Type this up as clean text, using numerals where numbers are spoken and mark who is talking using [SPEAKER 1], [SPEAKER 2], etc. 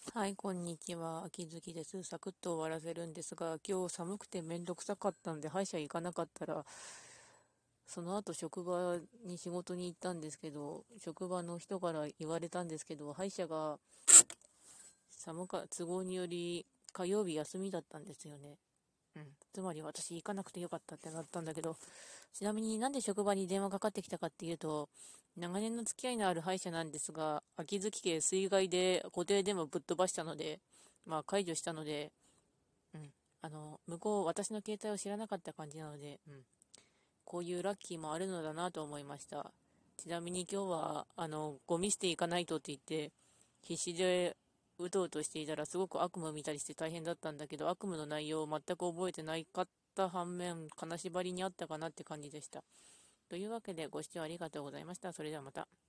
[SPEAKER 1] はい、こんにちは。秋月です。サクッと終わらせるんですが、今日寒くてめんどくさかったんで、歯医者行かなかったら、その後職場に仕事に行ったんですけど、職場の人から言われたんですけど、歯医者が都合により火曜日休みだったんですよね。つまり私行かなくてよかったってなったんだけど、ちなみになんで職場に電話かかってきたかっていうと、長年の付き合いのある歯医者なんですが、秋月家水害で固定電話ぶっ飛ばしたので、解除したので、うん、向こう、私の携帯を知らなかった感じなので、こういうラッキーもあるのだなと思いました。ちなみに今日は、ゴミ捨て行かないとって言って、必死でうとうとしていたらすごく悪夢を見たりして大変だったんだけど、悪夢の内容を全く覚えてないかった反面、金縛りにあったかなって感じでした。というわけでご視聴ありがとうございました。それではまた。